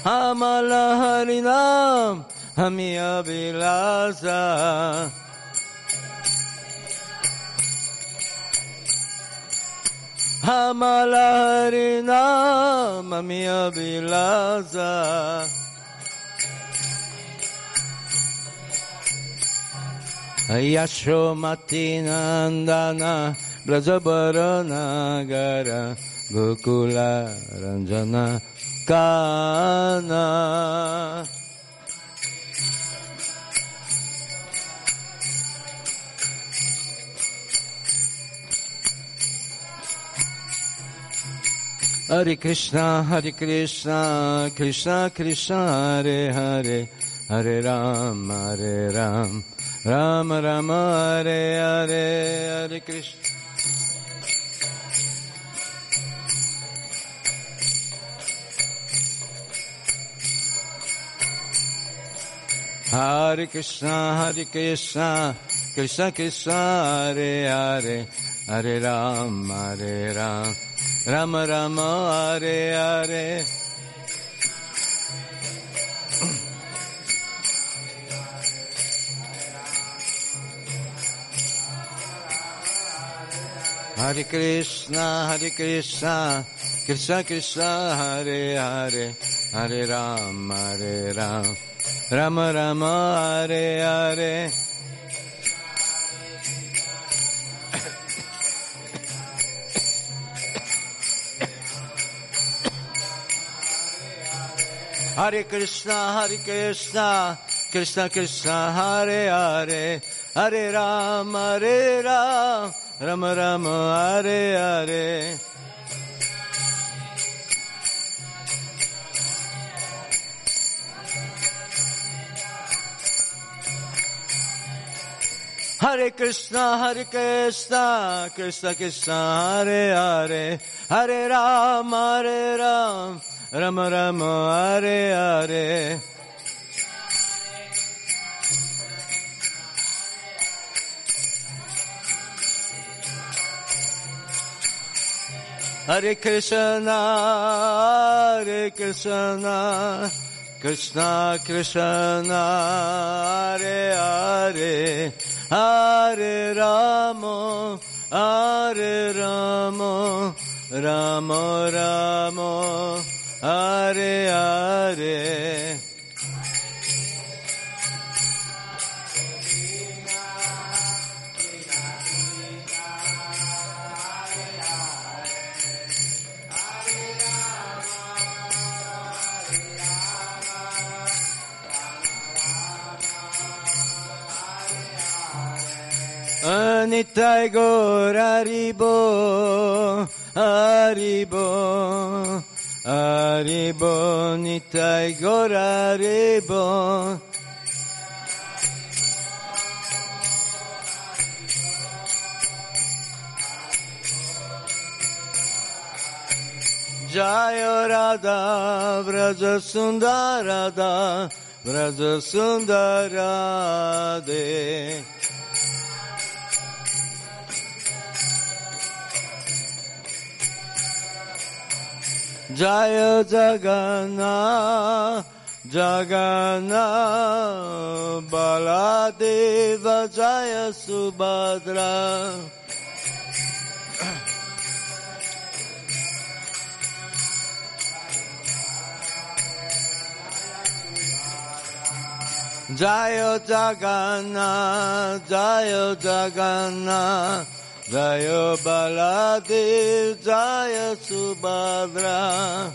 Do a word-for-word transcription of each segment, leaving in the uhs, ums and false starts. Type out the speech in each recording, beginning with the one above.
Amala Harinam Ami Abhilasa. Amala Harinam Ami Abhilasa. Yashomati Nandana Brajabaranagara Gokula Ranjana Kana. Hare Krishna, Hare Krishna, Krishna Krishna, Hare Hare, Hare Ram, Hare Ram, Ram Ram, Hare Hare, Hare Krishna. Hare Krishna, Hare Krishna, Krishna Krishna, Hare Hare, Hare Ram, Hare Ram, Ram Ram, Hare Hare. Hare Krishna, Hare Krishna, Krishna Krishna, Hare Hare, Hare Ram, Hare Ram, Ram Ram, Hare Hare. Hare Krishna, Hare Krishna, Krishna Krishna, Hare Hare, Hare Ram, Hare Ram, Ram Ram, Hare Hare. Hare Krishna, Hare Krishna, Krishna Krishna, Hare Hare, Hare Ram, Hare Ram, Ram Ram, Hare Hare. Hare Krishna, Hare Krishna, Krishna Krishna, Hare Hare, Hare Rama, Hare Rama, Rama Rama, Hare Hare. Nitai Gaur Haribo, Haribo, Haribo, Nitai Gaur Haribo. Jaya Radha, Vraja Sundarada, Vraja Sundarade. Jaya Jagannath, Jagannath, Baladeva, Jaya Subhadra. Jaya Jagannath, Jaya Jagannath, Jaya Baladev, Jaya Subhadra.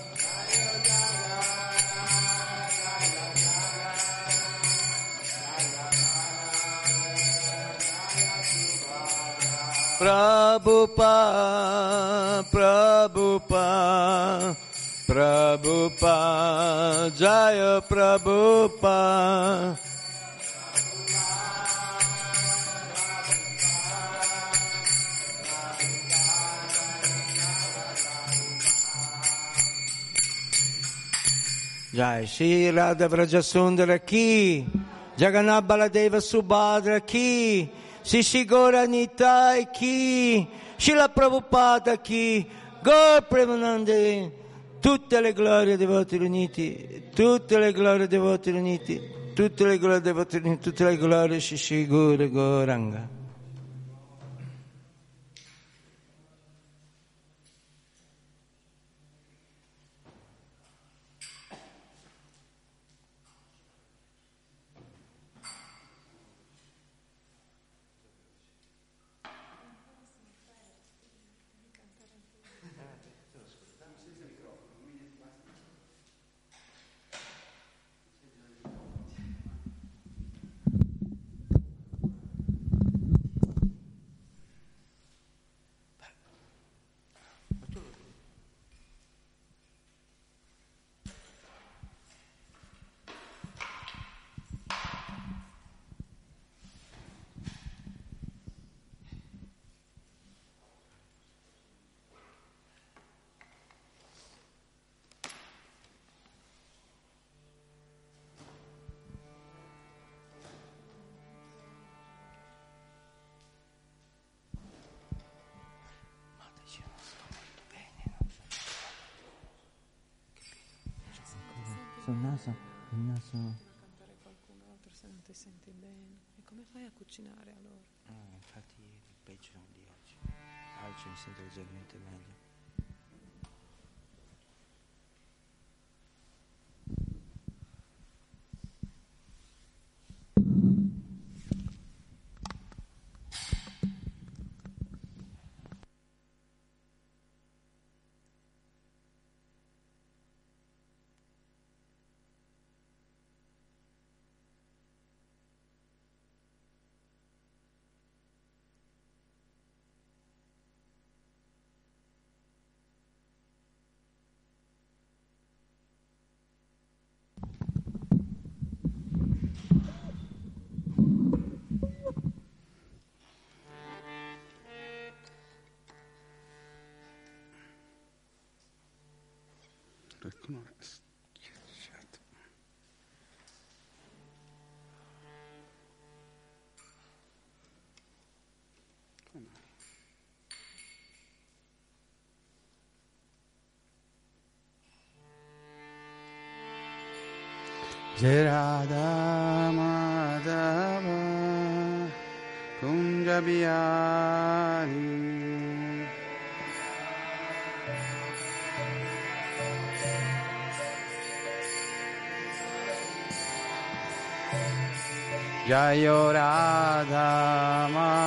Prabhupada, Prabhupada, Prabhupada, Jaya Prabhupada. Jai Shri Radha Vrajasundara ki, Jagannath Baladeva Subhadra ki, Shri Gaura Nitai ki, Srila Prabhupada ki, Gaur Premanande, tutte le glorie dei voti uniti, tutte le glorie dei voti uniti, tutte le glorie dei voti uniti, tutte le glorie Shishi Guru Goranga. Il naso, il naso. Cantare qualcun altro se non ti senti bene. E come fai a cucinare allora? Ah, infatti il peggio di oggi. Oggi mi sento leggermente meglio. Jai Radha Madhava Kunja Bihari Jai Radha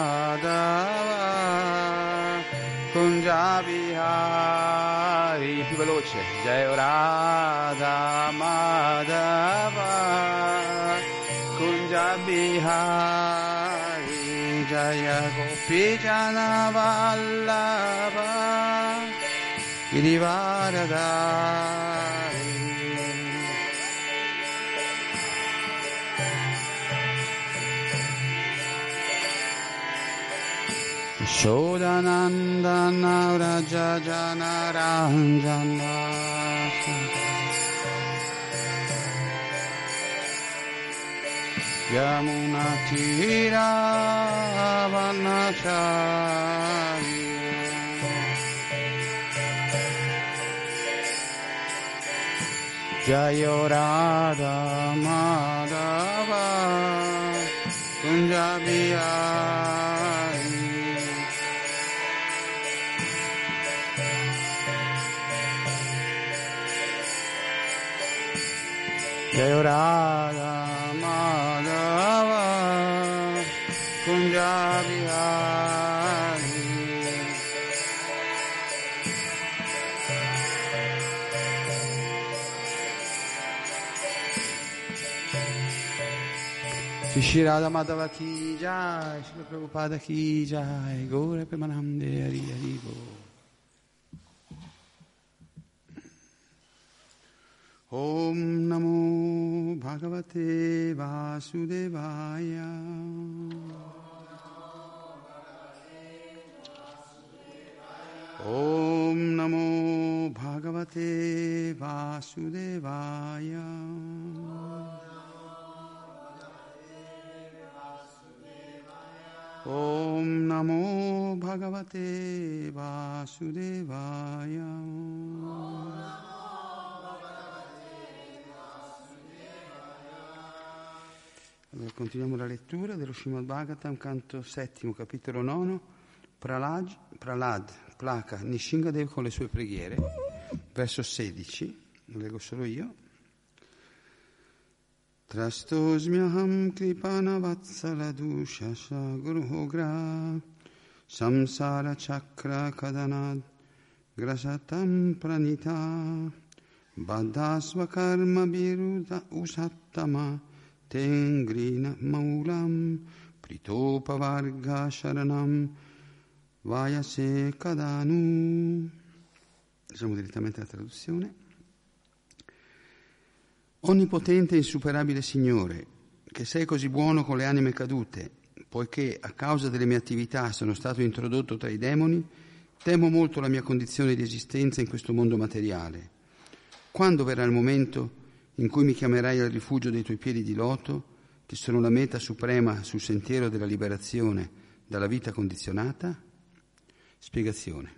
Madhava Kunja Bihari. Più veloce. Jai Radha Madhava Kunja Bihari Jaya Gopi Jana Vallabha Girivaradari. Shodanandana Raja Jana Ranjana Yamuna Tira Vanachari Jayo Radha Madhava Kunja Bihari Jai Radha Madhava Kunja Bihari. Shri Radha Madhava Ki Jai, Shri Prabhupada Ki Jai, Gaura Premanande Hari Hari Bo. Om Namo Bhagavate Vasudevaya. Om Namo Bhagavate Vasudevaya. Om Namo Bhagavate Vasudevaya. Allora, continuiamo la lettura dello Srimad Bhagavatam, canto settimo, capitolo nono, Pralad, Pralad, placa Nishingadev con le sue preghiere, verso sedici, lo leggo solo io. Trastosmyaham kripana vatsala dushasha guruhogra samsara chakra kadanad grasatam pranita baddhasva karma viruda usattama tengrina maulam pritopa varga sharanam vayase kadanu. Facciamo direttamente la traduzione. Onnipotente e insuperabile Signore, che sei così buono con le anime cadute, poiché a causa delle mie attività sono stato introdotto tra i demoni, temo molto la mia condizione di esistenza in questo mondo materiale. Quando verrà il momento in cui mi chiamerai al rifugio dei tuoi piedi di loto, che sono la meta suprema sul sentiero della liberazione dalla vita condizionata? Spiegazione.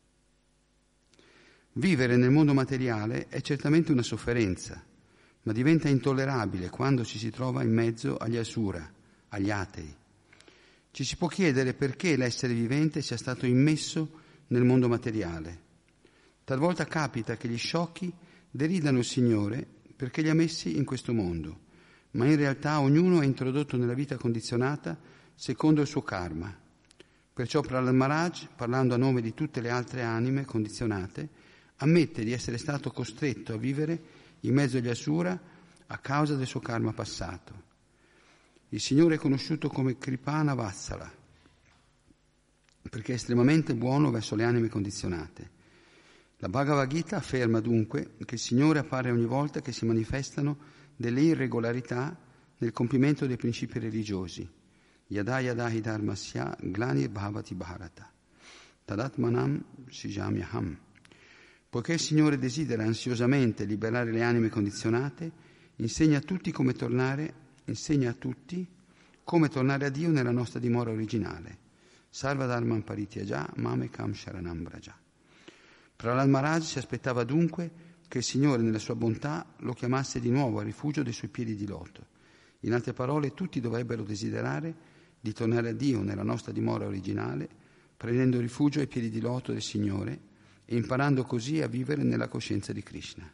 Vivere nel mondo materiale è certamente una sofferenza, ma diventa intollerabile quando ci si trova in mezzo agli asura, agli atei. Ci si può chiedere perché l'essere vivente sia stato immesso nel mondo materiale. Talvolta capita che gli sciocchi deridano il Signore perché li ha messi in questo mondo, ma in realtà ognuno è introdotto nella vita condizionata secondo il suo karma. Perciò Prahlad Maharaj, parlando a nome di tutte le altre anime condizionate, ammette di essere stato costretto a vivere in mezzo agli asura a causa del suo karma passato. Il Signore è conosciuto come Kripana Vatsala perché è estremamente buono verso le anime condizionate. La Bhagavad Gita afferma dunque che il Signore appare ogni volta che si manifestano delle irregolarità nel compimento dei principi religiosi. Yada yada hi dharmasya glani bhavati bharata tadatmanam sijamyaham. Poiché il Signore desidera ansiosamente liberare le anime condizionate, insegna a tutti come tornare, insegna a tutti come tornare a Dio nella nostra dimora originale. Sarva dharman parityaja mamekam sharanam vraja. Prahlad Maharaj si aspettava dunque che il Signore nella sua bontà lo chiamasse di nuovo al rifugio dei suoi piedi di loto. In altre parole, tutti dovrebbero desiderare di tornare a Dio nella nostra dimora originale, prendendo rifugio ai piedi di loto del Signore e imparando così a vivere nella coscienza di Krishna.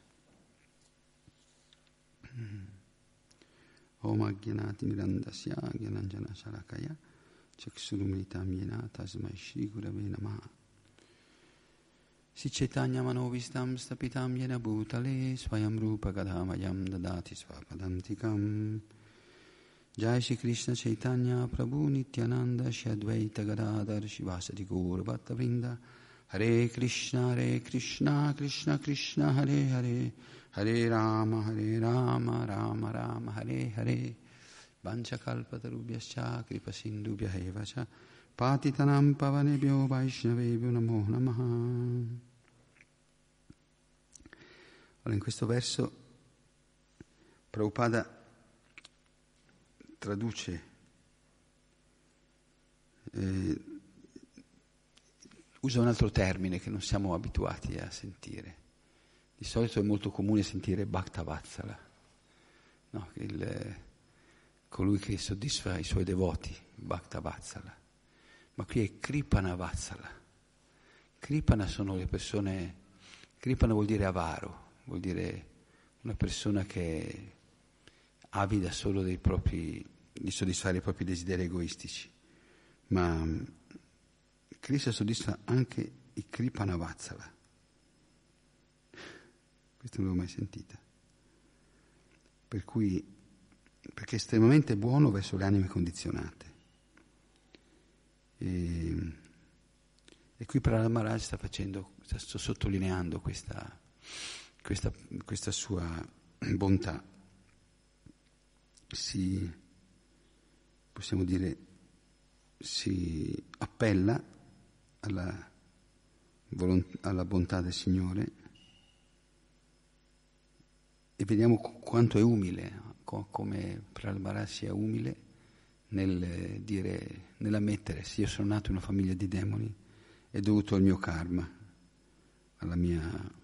Om Agyanati Mirandasya Gyananjana Shalakaya Chaksurumritam Yena Tasmai Shri Gurave Namaha. Si Chaitanya Manovistam Stapitam Yena Bhutale Swayam Rupa Gadhamayam Dadati Svapadantikam. Jai Shri Krishna Chaitanya Prabhu Nityananda Shri Advaita Gadadhar Shivasati Gaur Bhatta Vrinda. Hare Krishna, Hare Krishna, Krishna Krishna, Hare Hare, Hare Rama, Hare Rama, Rama Rama, Hare Hare. Vanchakalpatarubhyascha, Kripasindubhya eva cha, Patitanam pavanebhyo Vaishnavebhyo Namo Namaha. Allora, in questo verso Prabhupada traduce eh, usa un altro termine che non siamo abituati a sentire. Di solito è molto comune sentire Bhakta Vatsala, no? Il, colui che soddisfa i suoi devoti, Bhakta Vatsala. Ma qui è Kripana Vatsala. Kripana sono le persone, Kripana vuol dire avaro, vuol dire una persona che è avida solo dei propri, di soddisfare i propri desideri egoistici. Ma Krishna soddisfa anche i Kripana Vatsala. Questo non l'ho mai sentita. Per cui, perché è estremamente buono verso le anime condizionate. E, e qui Prahlad Maharaj sta facendo, sta sottolineando questa, questa, questa sua bontà. Si, possiamo dire, si appella alla, volont- alla bontà del Signore e vediamo quanto è umile, co- come Prahlad Maharaj sia umile nel dire, nell'ammettere: sì, io sono nato in una famiglia di demoni, è dovuto al mio karma, alla mia,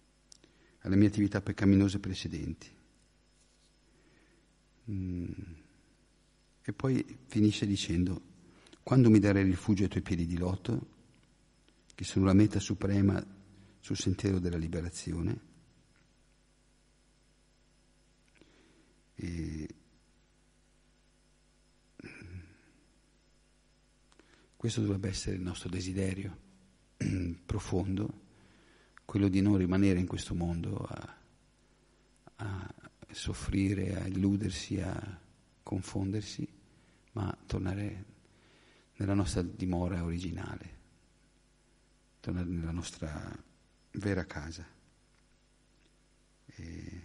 alle mie attività peccaminose precedenti. Mm. E poi finisce dicendo: quando mi darai rifugio ai tuoi piedi di loto, che sono la meta suprema sul sentiero della liberazione, e questo dovrebbe essere il nostro desiderio profondo, quello di non rimanere in questo mondo a, a soffrire, a illudersi, a confondersi, ma tornare nella nostra dimora originale, tornare nella nostra vera casa. E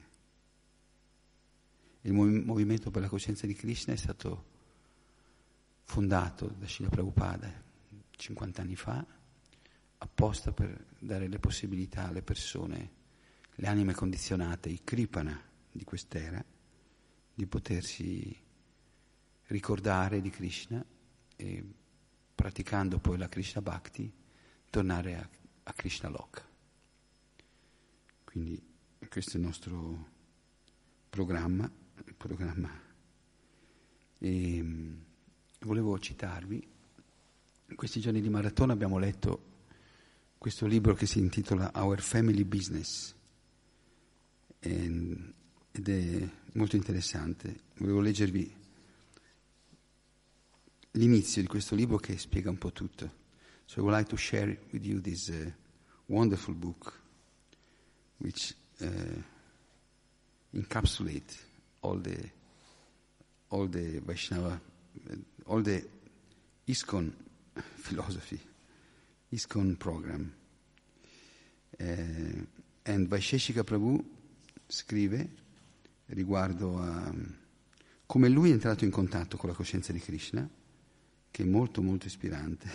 il movimento per la coscienza di Krishna è stato fondato da Srila Prabhupada cinquanta anni fa, apposta per dare le possibilità alle persone, le anime condizionate, i kripana di quest'era, di potersi ricordare di Krishna e, praticando poi la Krishna Bhakti, tornare a, a Krishna Loka. Quindi questo è il nostro programma, il programma. E um, volevo citarvi, in questi giorni di maratona abbiamo letto questo libro che si intitola Our Family Business, e, ed è molto interessante. Volevo leggervi l'inizio di questo libro che spiega un po' tutto. So I would like to share with you this uh, wonderful book which uh, encapsulates all the all the Vaishnava, all the ISKCON philosophy, ISKCON program. Uh, and Vaisheshika Prabhu scrive riguardo a come lui è entrato in contatto con la coscienza di Krishna, che è molto molto ispirante,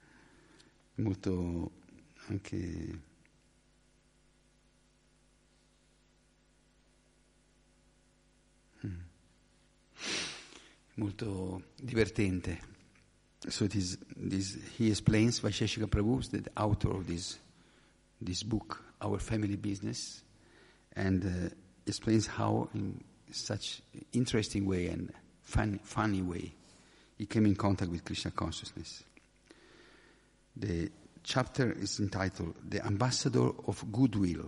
molto anche molto divertente. So it is, this, he explains, Vaisheshika Prabhu is the author of this this book, Our Family Business, and uh, explains how in such interesting way and fun, funny way he came in contact with Krishna consciousness. The chapter is entitled The Ambassador of Goodwill.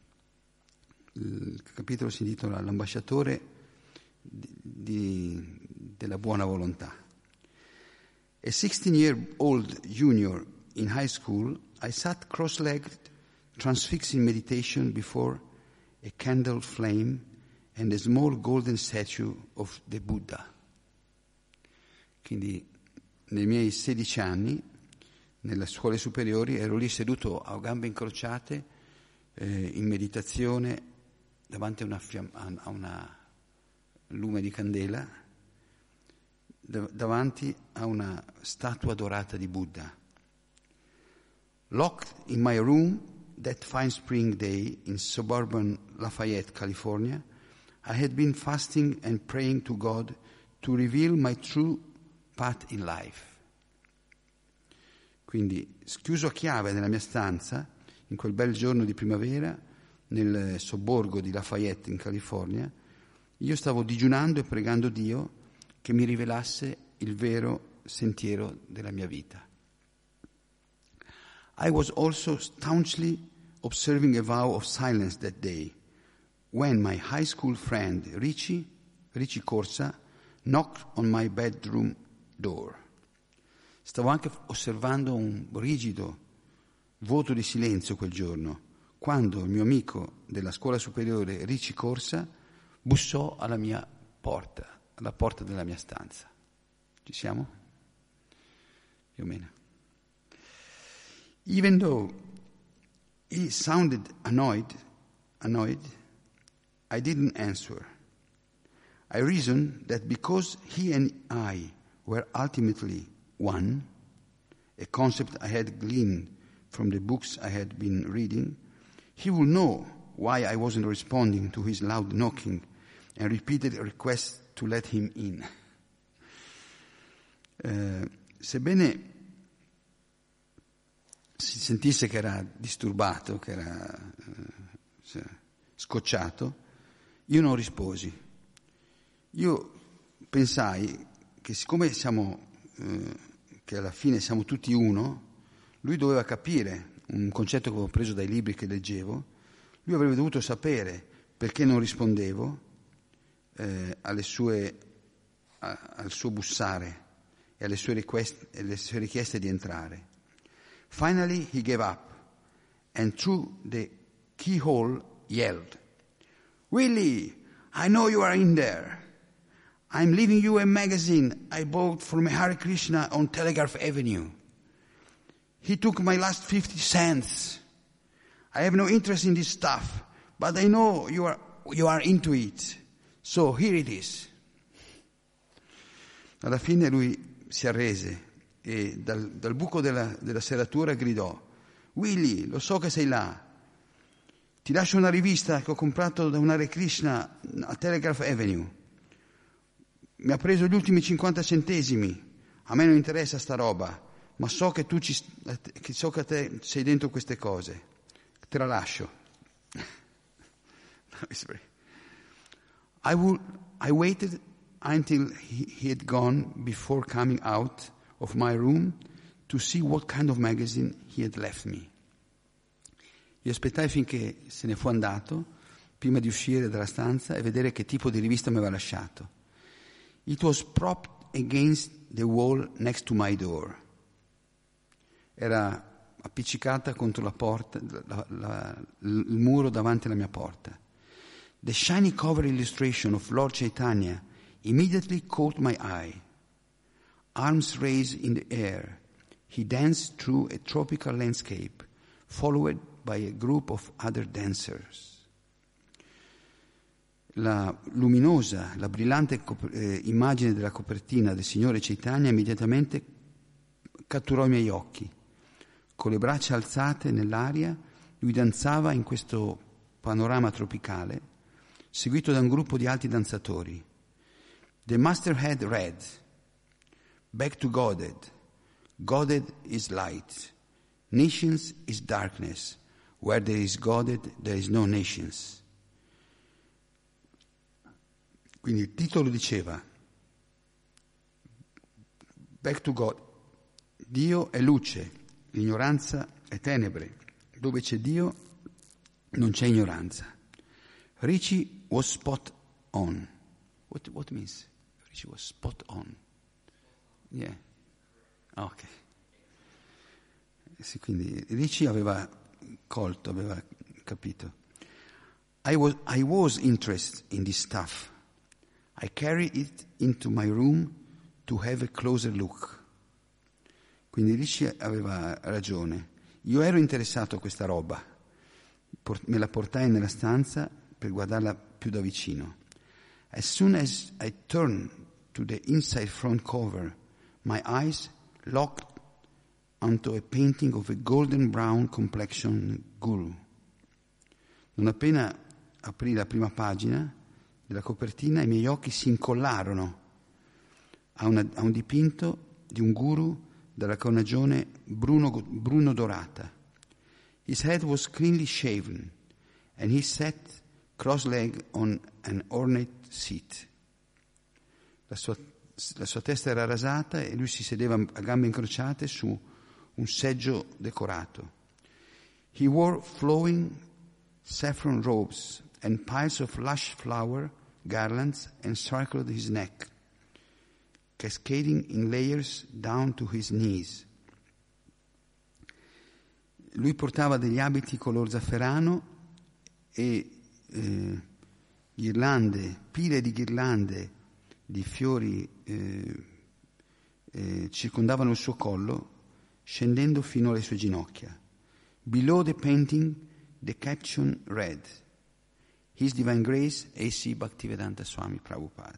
Il capitolo si intitola L'ambasciatore di, di, della buona volontà. A sixteen-year-old junior in high school, I sat cross-legged, transfixed in meditation before a candle flame and a small golden statue of the Buddha. Quindi nei miei sedici anni, nelle scuole superiori, ero lì seduto a gambe incrociate, eh, in meditazione, davanti a una, fiam- a una lume di candela, dav- davanti a una statua dorata di Buddha. Locked in my room that fine spring day in suburban Lafayette, California, I had been fasting and praying to God to reveal my true path in life. Quindi, schiuso a chiave nella mia stanza, in quel bel giorno di primavera, nel sobborgo di Lafayette, in California, io stavo digiunando e pregando Dio che mi rivelasse il vero sentiero della mia vita. I was also staunchly observing a vow of silence that day, when my high school friend Richie, Richie Corsa, knocked on my bedroom door. Stavo anche osservando un rigido voto di silenzio quel giorno, quando il mio amico della scuola superiore Richie Corsa bussò alla mia porta, alla porta della mia stanza. Ci siamo? Più o meno. Even though he sounded annoyed, annoyed, I didn't answer. I reasoned that because he and I were ultimately one, a concept I had gleaned from the books I had been reading, he would know why I wasn't responding to his loud knocking and repeated requests to let him in. Uh, sebbene si sentisse che era disturbato, che era uh, scocciato, io non risposi. Io pensai che siccome siamo, eh, che alla fine siamo tutti uno, lui doveva capire, un concetto che avevo preso dai libri che leggevo, lui avrebbe dovuto sapere perché non rispondevo eh, alle sue, a, al suo bussare e alle sue, request, alle sue richieste di entrare. Finally he gave up and through the keyhole yelled, "Willie, I know you are in there. I'm leaving you a magazine I bought from Hare Krishna on Telegraph Avenue. He took my last fifty cents. I have no interest in this stuff, but I know you are, you are into it. So here it is." Alla fine lui si arrese e dal, dal buco della, della serratura gridò, "Willy, lo so che sei là. Ti lascio una rivista che ho comprato da un Hare Krishna a Telegraph Avenue. Mi ha preso gli ultimi cinquanta centesimi. A me non interessa sta roba, ma so che tu ci, che so che te sei dentro queste cose. Te la lascio." I, would, I waited until he, he had gone before coming out of my room to see what kind of magazine he had left me. Io aspettai finché se ne fu andato, prima di uscire dalla stanza e vedere che tipo di rivista mi aveva lasciato. It was propped against the wall next to my door. Era appiccicata contro la porta, la, la, il muro davanti alla mia porta. The shiny cover illustration of Lord Chaitanya immediately caught my eye. Arms raised in the air, he danced through a tropical landscape, followed by a group of other dancers. La luminosa, la brillante eh, immagine della copertina del Signore Chaitanya immediatamente catturò i miei occhi. Con le braccia alzate nell'aria, lui danzava in questo panorama tropicale, seguito da un gruppo di altri danzatori. The master had read, "Back to Godhead. Godhead is light. Nations is darkness. Where there is Godhead, there is no nations." Quindi il titolo diceva Back to God. Dio è luce, l'ignoranza è tenebre. Dove c'è Dio non c'è ignoranza. Richie was spot on. What, what means? Richie was spot on. Yeah. Ok. Sì, quindi Richie aveva colto, aveva capito. I was, I was interested in this stuff. I carried it into my room to have a closer look. Quindi Richie aveva ragione. Io ero interessato a questa roba. Me la portai nella stanza per guardarla più da vicino. As soon as I turned to the inside front cover, my eyes locked onto a painting of a golden brown complexion guru. Non appena aprì la prima pagina della copertina, i miei occhi si incollarono a, una, a un dipinto di un guru dalla carnagione bruno, bruno dorata. His head was cleanly shaven and he sat cross-legged on an ornate seat. La sua, la sua testa era rasata e lui si sedeva a gambe incrociate su un seggio decorato. He wore flowing saffron robes and piles of lush flower garlands encircled his neck, cascading in layers down to his knees. Lui portava degli abiti color zafferano e eh, ghirlande, pile di ghirlande di fiori eh, eh, circondavano il suo collo, scendendo fino alle sue ginocchia. Below the painting, the caption read, His Divine Grace A C Bhaktivedanta Swami Prabhupada.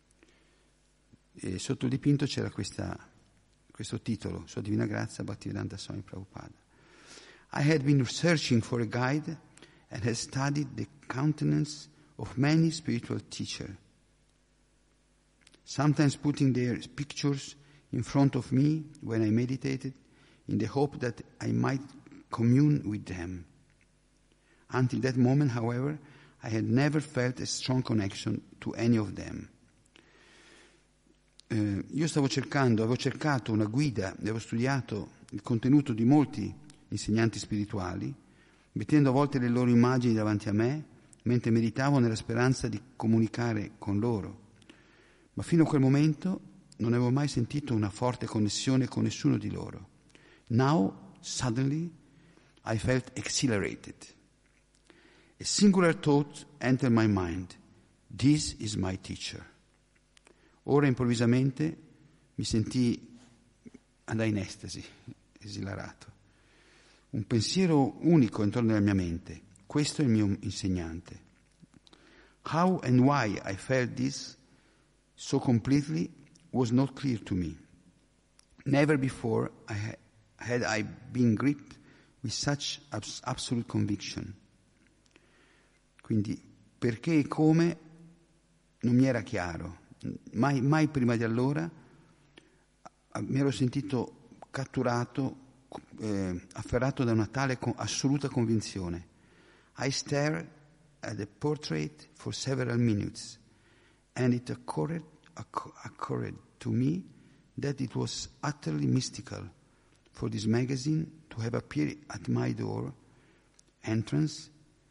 E sotto il dipinto c'era questa, questo titolo, Sua Divina Grazia Bhaktivedanta Swami Prabhupada. I had been searching for a guide and had studied the countenance of many spiritual teachers, sometimes putting their pictures in front of me when I meditated in the hope that I might commune with them. Until that moment, however, I had never felt a strong connection to any of them. eh, io stavo cercando, avevo cercato una guida, avevo studiato il contenuto di molti insegnanti spirituali, mettendo a volte le loro immagini davanti a me, mentre meditavo nella speranza di comunicare con loro. Ma fino a quel momento non avevo mai sentito una forte connessione con nessuno di loro. Now, suddenly, I felt exhilarated. A singular thought entered my mind. This is my teacher. Ora improvvisamente mi sentii andai in estasi, esilarato. Un pensiero unico entrò nella mia mente. Questo è il mio insegnante. How and why I felt this so completely was not clear to me. Never before I ha- had I been gripped with such abs- absolute conviction. Quindi perché e come non mi era chiaro. Mai, mai prima di allora mi ero sentito catturato, eh, afferrato da una tale con- assoluta convinzione. I stared at the portrait for several minutes, and it occurred, occ- occurred to me that it was utterly mystical for this magazine to have appeared at my door entrance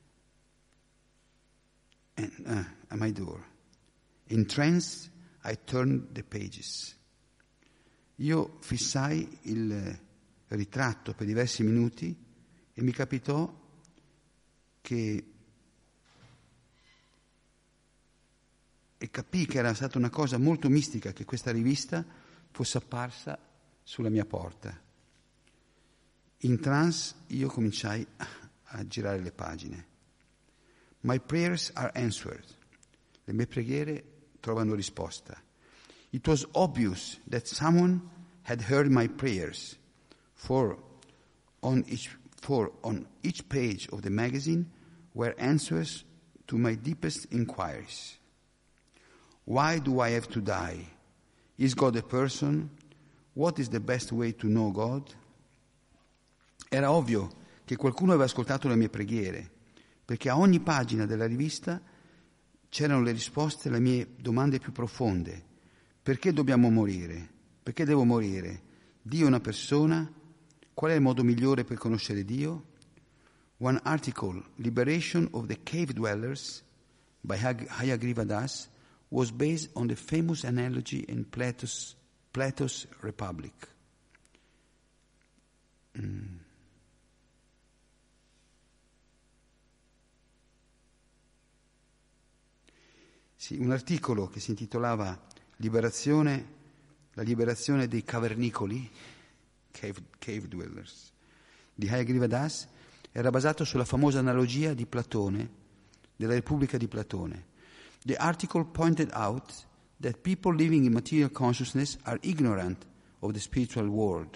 and, uh, at my door. Entranced, I turned the pages. Io fissai il ritratto per diversi minuti e mi capitò che e capii che era stata una cosa molto mistica che questa rivista fosse apparsa sulla mia porta. In trance io cominciai a girare le pagine. My prayers are answered. Le mie preghiere trovano risposta. It was obvious that someone had heard my prayers, for on each, for on each page of the magazine were answers to my deepest inquiries. Why do I have to die? Is God a person? What is the best way to know God? Era ovvio che qualcuno aveva ascoltato le mie preghiere, perché a ogni pagina della rivista c'erano le risposte alle mie domande più profonde. Perché dobbiamo morire? Perché devo morire? Dio è una persona? Qual è il modo migliore per conoscere Dio? One article, Liberation of the Cave Dwellers, by Hayagriva Das, was based on the famous analogy in Plato's, Plato's Republic. Mm. Sì, un articolo che si intitolava Liberazione, la liberazione dei cavernicoli, cave, cave dwellers, di Hayagriva Das, era basato sulla famosa analogia di Platone, della Repubblica di Platone. The article pointed out that people living in material consciousness are ignorant of the spiritual world.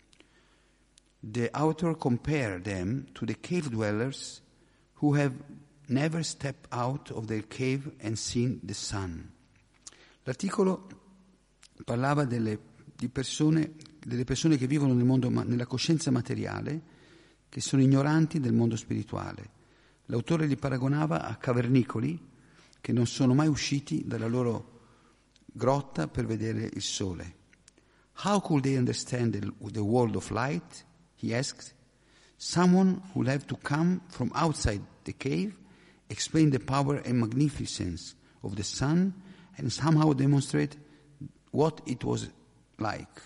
The author compared them to the cave dwellers who have never stepped out of their cave and seen the sun. L'articolo parlava delle, di persone, delle persone che vivono nel mondo, nella coscienza materiale, che sono ignoranti del mondo spirituale. L'autore li paragonava a cavernicoli che non sono mai usciti dalla loro grotta per vedere il sole. How could they understand the, the world of light? He asked. Someone would have to come from outside the cave, explain the power and magnificence of the sun, and somehow demonstrate what it was like.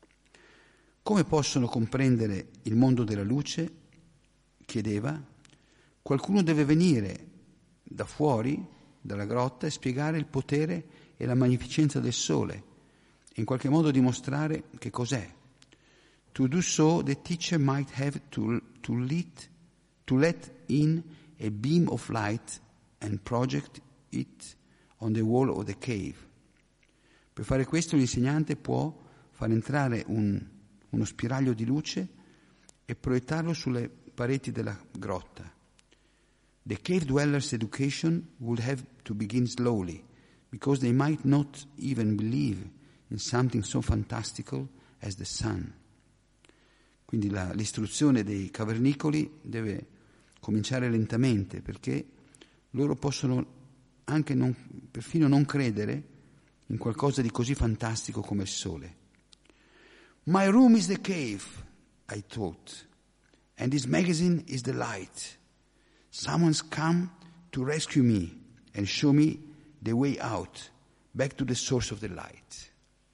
Come possono comprendere il mondo della luce? Chiedeva. Qualcuno deve venire da fuori, dalla grotta, e spiegare il potere e la magnificenza del sole, e in qualche modo dimostrare che cos'è. To do so, the teacher might have to, to, lit, to let in a beam of light and project it on the wall of the cave. Per fare questo l'insegnante può far entrare un, uno spiraglio di luce e proiettarlo sulle pareti della grotta. The cave dwellers' education would have to begin slowly, because they might not even believe in something so fantastical as the sun. Quindi la, l'istruzione dei cavernicoli deve cominciare lentamente, perché loro possono anche non, perfino non credere in qualcosa di così fantastico come il sole. My room is the cave, I thought, and this magazine is the light. Someone's come to rescue me and show me the way out, back to the source of the light.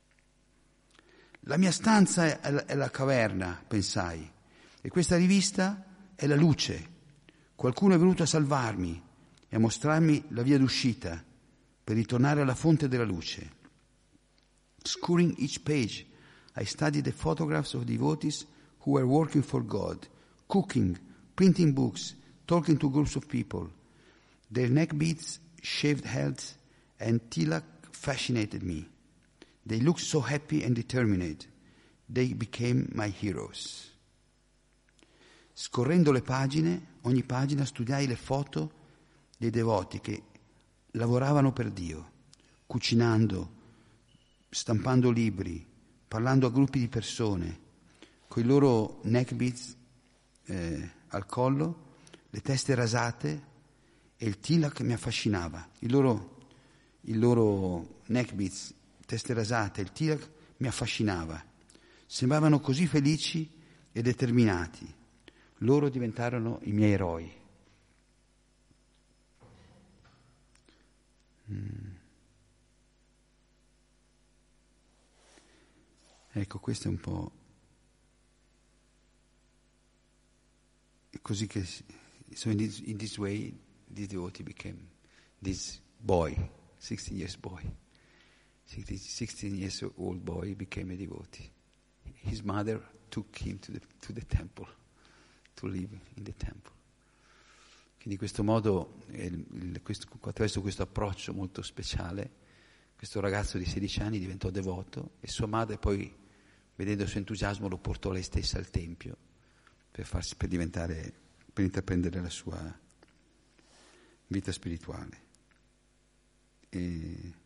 La mia stanza è la, è la caverna, pensai, e questa rivista è la luce. Qualcuno è venuto a salvarmi e a mostrarmi la via d'uscita per ritornare alla fonte della luce. Scouring each page, I studied the photographs of devotees who were working for God, cooking, printing books, talking to groups of people. Their neck beads, shaved heads, and tilak fascinated me. They looked so happy and determined. They became my heroes. Scorrendo le pagine, ogni pagina studiai le foto dei devoti che lavoravano per Dio, cucinando, stampando libri, parlando a gruppi di persone, con i loro neck beads eh, al collo, le teste rasate e il tilak mi affascinava. Il loro, il loro neck beads, teste rasate, il tilak mi affascinava. Sembravano così felici e determinati. Loro diventarono i miei eroi. Mm. Ecco, questo è un po' così che so in this, in this way this devotee became this boy, sixteen years boy, sixteen years old boy became a devotee. His mother took him to the to the temple to live in the temple. Quindi in questo modo, il, il, questo, attraverso questo approccio molto speciale, questo ragazzo di sedici anni diventò devoto e sua madre poi, vedendo il suo entusiasmo, lo portò lei stessa al tempio per farsi, per diventare, per intraprendere la sua vita spirituale. E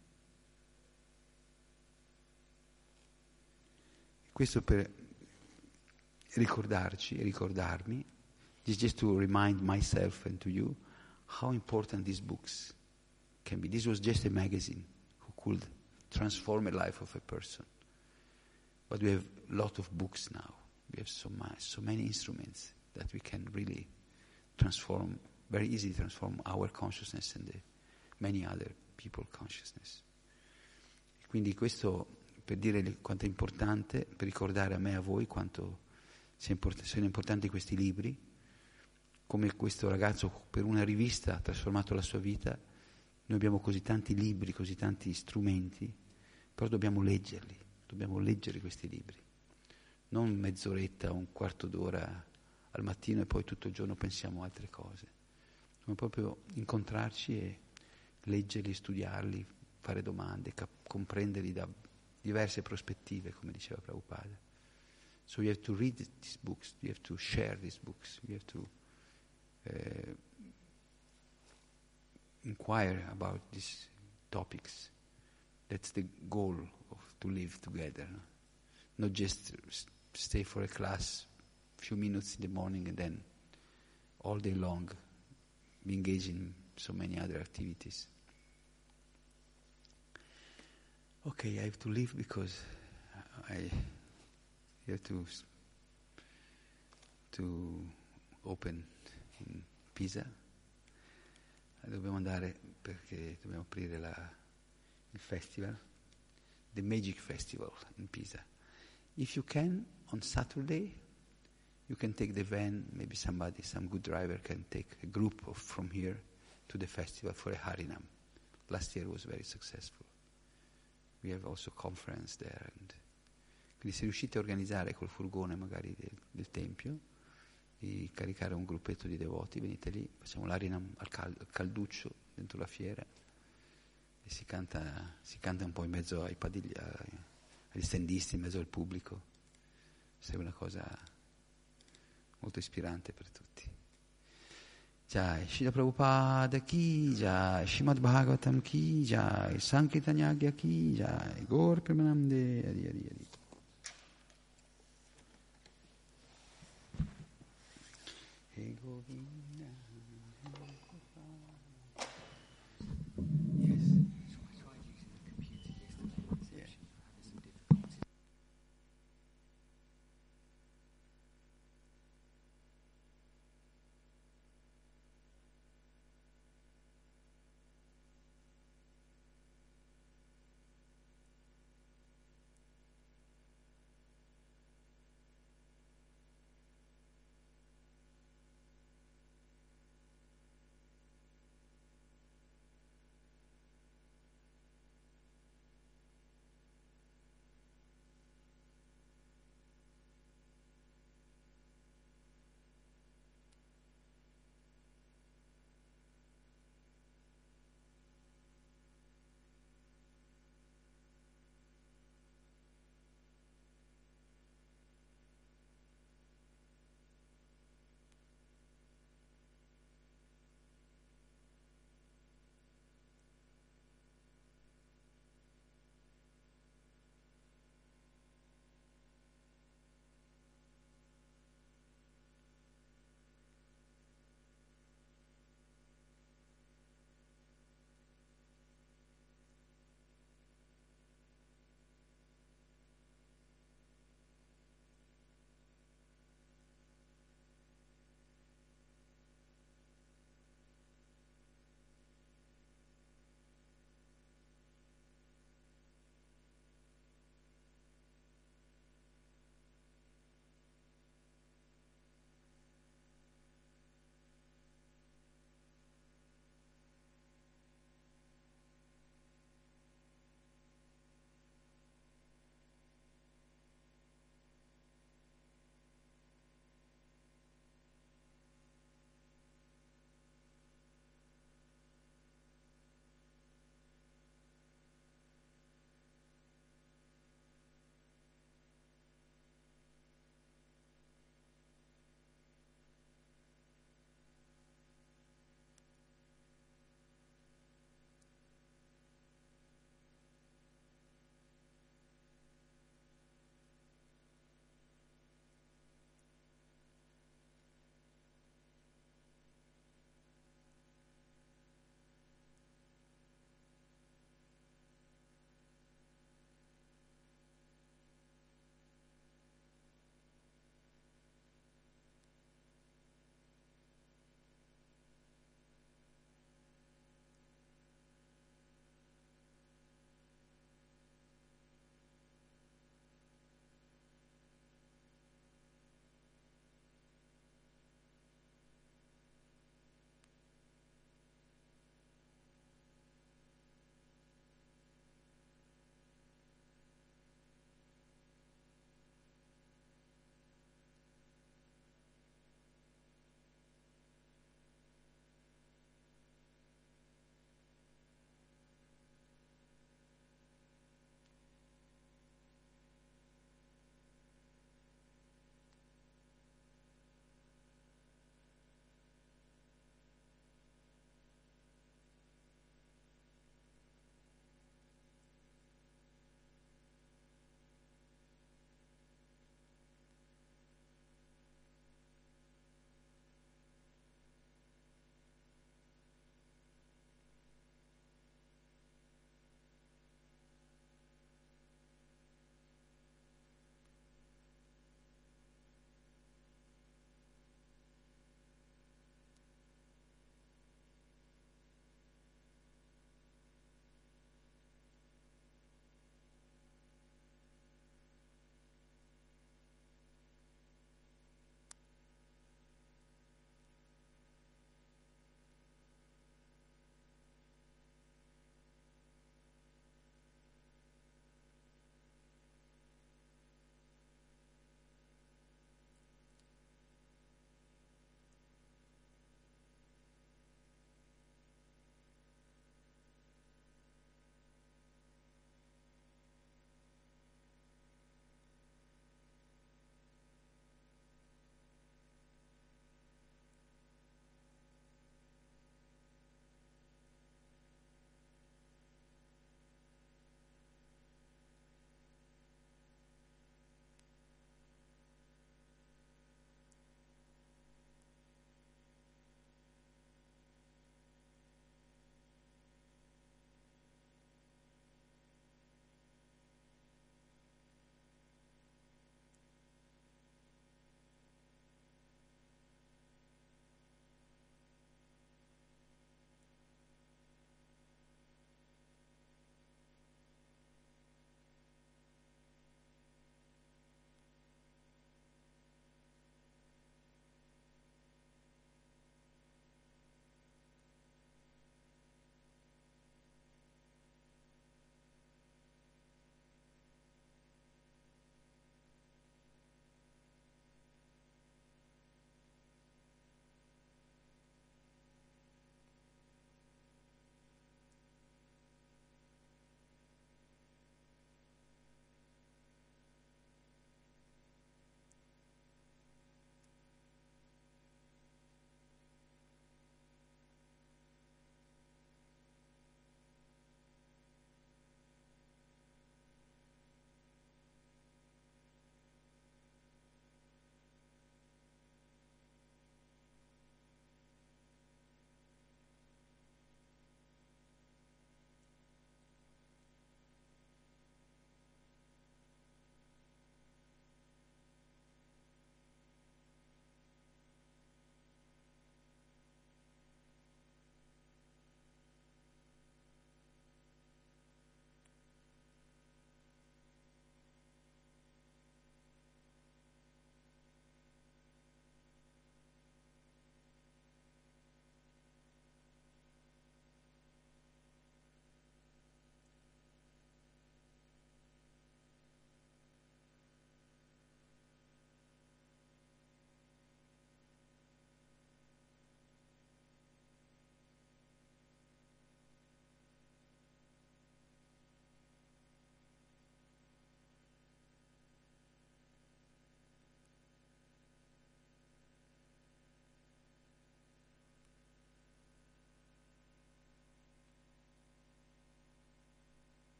questo per ricordarci e ricordarmi, just to remind myself and to you how important these books can be. This was just a magazine who could transform a life of a person. But we have a lot of books now. We have so much, so many instruments that we can really transform, very easily transform our consciousness and the many other people's consciousness. Quindi questo per dire quanto è importante, per ricordare a me e a voi quanto siano importanti questi libri, come questo ragazzo per una rivista ha trasformato la sua vita. Noi abbiamo così tanti libri, così tanti strumenti, però dobbiamo leggerli, dobbiamo leggere questi libri, non mezz'oretta, un quarto d'ora al mattino e poi tutto il giorno pensiamo a altre cose. Dobbiamo proprio incontrarci e leggerli, studiarli, fare domande, cap- comprenderli da diverse prospettive, come diceva Prabhupada. So you have to read these books, you have to share these books, you have to uh, inquire about these topics. That's the goal of to live together. No? Not just st- stay for a class, few minutes in the morning and then all day long be engaged in so many other activities. Okay, I have to leave because I have to to open in Pisa. Dobbiamo andare perché dobbiamo aprire la, il festival, the Magic Festival in Pisa. If you can, on Saturday, you can take the van, maybe somebody, some good driver can take a group of, from here to the festival for a Harinam. Last year was very successful. We have also conference there. And quindi se riuscite a organizzare col furgone magari del, del tempio, di caricare un gruppetto di devoti, venite lì, facciamo l'Harinam al, cal, al calduccio dentro la fiera e si canta, si canta un po' in mezzo ai padigli, agli stendisti, in mezzo al pubblico. Sembra una cosa molto ispirante per tutti. Jai Srila Prabhupada ki jai, Srimad Bhagavatam ki jai, Sankirtan Yagya ki jai, Gaur Premanande, Adi Adi Adi. Hey Govinda.